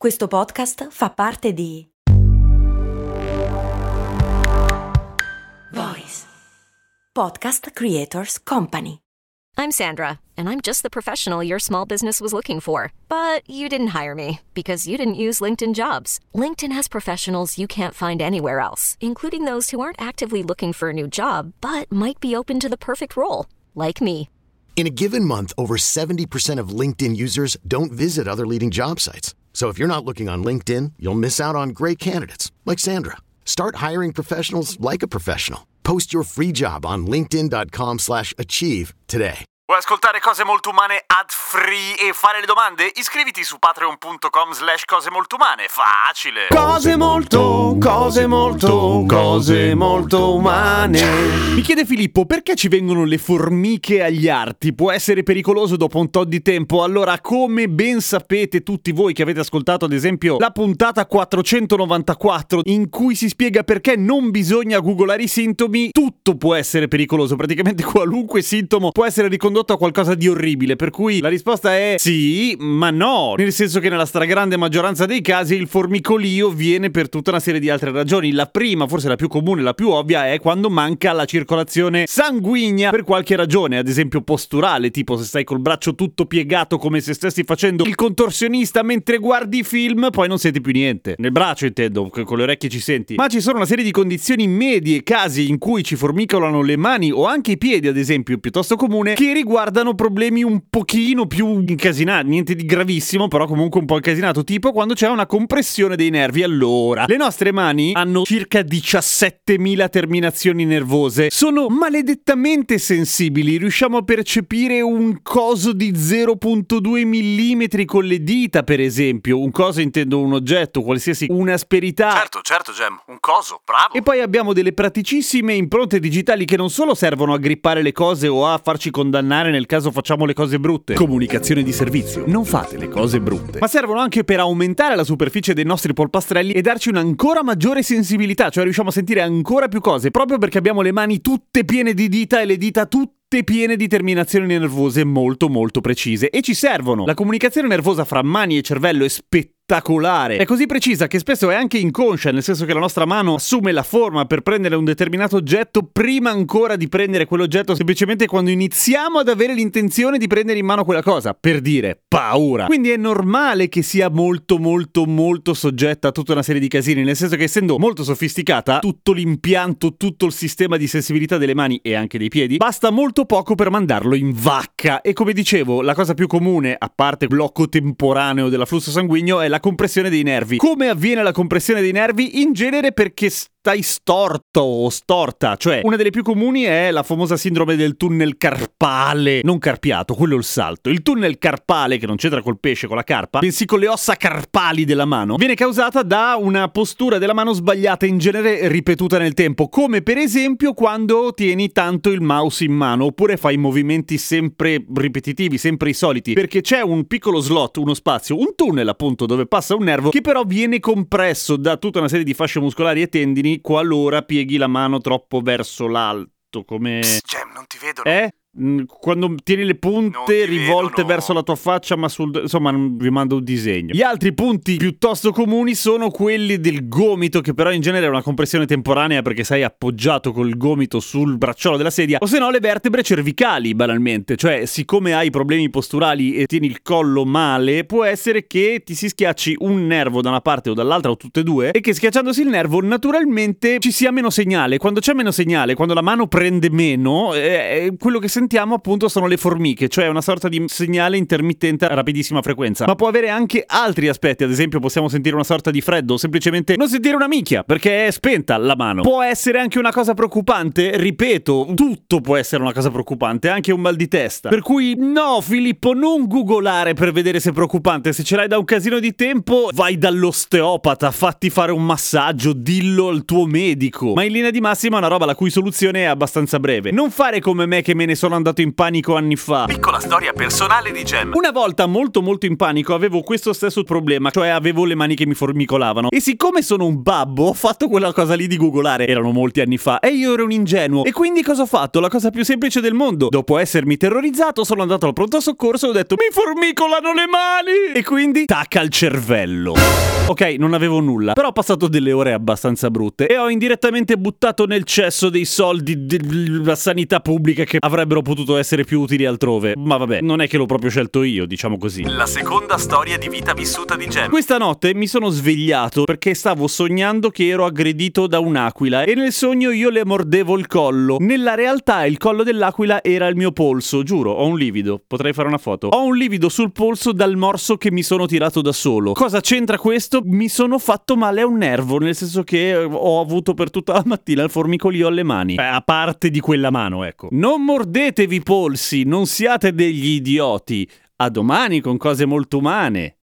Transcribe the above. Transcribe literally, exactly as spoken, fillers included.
Questo podcast fa parte di Voice Podcast Creators Company. I'm Sandra, and I'm just the professional your small business was looking for. But you didn't hire me because you didn't use LinkedIn Jobs. LinkedIn has professionals you can't find anywhere else, including those who aren't actively looking for a new job, but might be open to the perfect role, like me. In a given month, over seventy percent of LinkedIn users don't visit other leading job sites. So if you're not looking on LinkedIn, you'll miss out on great candidates like Sandra. Start hiring professionals like a professional. Post your free job on linkedin.com slash achieve today. Vuoi ascoltare cose molto umane ad free e fare le domande? Iscriviti su patreon.com slash cose molto umane. Facile! Cose molto, cose molto, cose molto umane. Mi chiede Filippo, perché ci vengono le formiche agli arti? Può essere pericoloso dopo un tot di tempo? Allora, come ben sapete tutti voi che avete ascoltato ad esempio la puntata quattrocentonovantaquattro in cui si spiega perché non bisogna googolare i sintomi, tutto può essere pericoloso. Praticamente qualunque sintomo può essere ricondotto a qualcosa di orribile, per cui la risposta è sì, ma no, nel senso che nella stragrande maggioranza dei casi il formicolio viene per tutta una serie di altre ragioni. La prima, forse la più comune, la più ovvia, è quando manca la circolazione sanguigna per qualche ragione, ad esempio posturale, tipo se stai col braccio tutto piegato come se stessi facendo il contorsionista mentre guardi film, poi non senti più niente. Nel braccio intendo, con le orecchie ci senti. Ma ci sono una serie di condizioni medie, casi in cui ci formicolano le mani o anche i piedi, ad esempio, piuttosto comune, che riguardano problemi un pochino più incasinati, niente di gravissimo, però comunque un po' incasinato, tipo quando c'è una compressione dei nervi. Allora, le nostre mani hanno circa diciassettemila terminazioni nervose, sono maledettamente sensibili, riusciamo a percepire un coso di zero virgola due millimetri con le dita, per esempio. Un coso intendo un oggetto, qualsiasi, un'asperità. Certo, certo, Gem, un coso, bravo. E poi abbiamo delle praticissime impronte digitali che non solo servono a grippare le cose o a farci condannare nel caso facciamo le cose brutte. Comunicazione di servizio: non fate le cose brutte. Ma servono anche per aumentare la superficie dei nostri polpastrelli e darci un'ancora maggiore sensibilità, cioè riusciamo a sentire ancora più cose, proprio perché abbiamo le mani tutte piene di dita e le dita tutte piene di terminazioni nervose molto molto precise, e ci servono. La comunicazione nervosa fra mani e cervello è spettacolare. È così precisa che spesso è anche inconscia, nel senso che la nostra mano assume la forma per prendere un determinato oggetto prima ancora di prendere quell'oggetto, semplicemente quando iniziamo ad avere l'intenzione di prendere in mano quella cosa, per dire paura. Quindi è normale che sia molto molto molto soggetta a tutta una serie di casini, nel senso che essendo molto sofisticata, tutto l'impianto, tutto il sistema di sensibilità delle mani e anche dei piedi basta molto poco per mandarlo in vacca. E come dicevo, la cosa più comune, a parte il blocco temporaneo dell'afflusso sanguigno, è la compressione dei nervi. Come avviene la compressione dei nervi? In genere perché stai storto o storta, cioè una delle più comuni è la famosa sindrome del tunnel carpale, non carpiato, quello è il salto. Il tunnel carpale, che non c'entra col pesce, con la carpa, bensì con le ossa carpali della mano, viene causata da una postura della mano sbagliata, in genere ripetuta nel tempo, come per esempio quando tieni tanto il mouse in mano, oppure fai movimenti sempre ripetitivi, sempre i soliti, perché c'è un piccolo slot, uno spazio, un tunnel appunto dove passa un nervo che però viene compresso da tutta una serie di fasce muscolari e tendini qualora pieghi la mano troppo verso l'alto, come... Psst, Gem, non ti vedono. Eh? Quando tieni le punte rivolte vedono. verso la tua faccia, ma sul... insomma, vi mando un disegno. Gli altri punti piuttosto comuni sono quelli del gomito, che però in genere è una compressione temporanea perché sei appoggiato col gomito sul bracciolo della sedia, o se no le vertebre cervicali, banalmente. Cioè, siccome hai problemi posturali e tieni il collo male, può essere che ti si schiacci un nervo da una parte o dall'altra o tutte e due, e che schiacciandosi il nervo naturalmente ci sia meno segnale. Quando c'è meno segnale, quando la mano prende meno, eh, quello che sentiamo appunto sono le formiche, cioè una sorta di segnale intermittente a rapidissima frequenza. Ma può avere anche altri aspetti, ad esempio possiamo sentire una sorta di freddo o semplicemente non sentire una minchia perché è spenta la mano. Può essere anche una cosa preoccupante, ripeto, tutto può essere una cosa preoccupante, anche un mal di testa. Per cui no, Filippo, non googolare per vedere se è preoccupante. Se ce l'hai da un casino di tempo, vai dall'osteopata, fatti fare un massaggio, dillo al tuo medico. Ma in linea di massima è una roba la cui soluzione è abbastanza breve. Non fare come me che me ne sono sono andato in panico anni fa. Piccola storia personale di Gem. Una volta molto molto in panico avevo questo stesso problema, cioè avevo le mani che mi formicolavano. E siccome sono un babbo, ho fatto quella cosa lì di googolare. Erano molti anni fa e io ero un ingenuo. E quindi cosa ho fatto? La cosa più semplice del mondo. Dopo essermi terrorizzato, sono andato al pronto soccorso e ho detto: mi formicolano le mani! E quindi tacca al cervello. Ok, non avevo nulla, però ho passato delle ore abbastanza brutte e ho indirettamente buttato nel cesso dei soldi della sanità pubblica che avrebbero potuto essere più utili altrove. Ma vabbè, non è che l'ho proprio scelto io, diciamo così. La seconda storia di vita vissuta di Gem. Questa notte mi sono svegliato perché stavo sognando che ero aggredito da un'aquila e nel sogno io le mordevo il collo. Nella realtà il collo dell'aquila era il mio polso, giuro, ho un livido, potrei fare una foto. Ho un livido sul polso dal morso che mi sono tirato da solo. Cosa c'entra questo? Mi sono fatto male a un nervo, nel senso che ho avuto per tutta la mattina il formicolio alle mani. Eh, a parte di quella mano, ecco. Non mordetevi i polsi, non siate degli idioti. A domani con cose molto umane.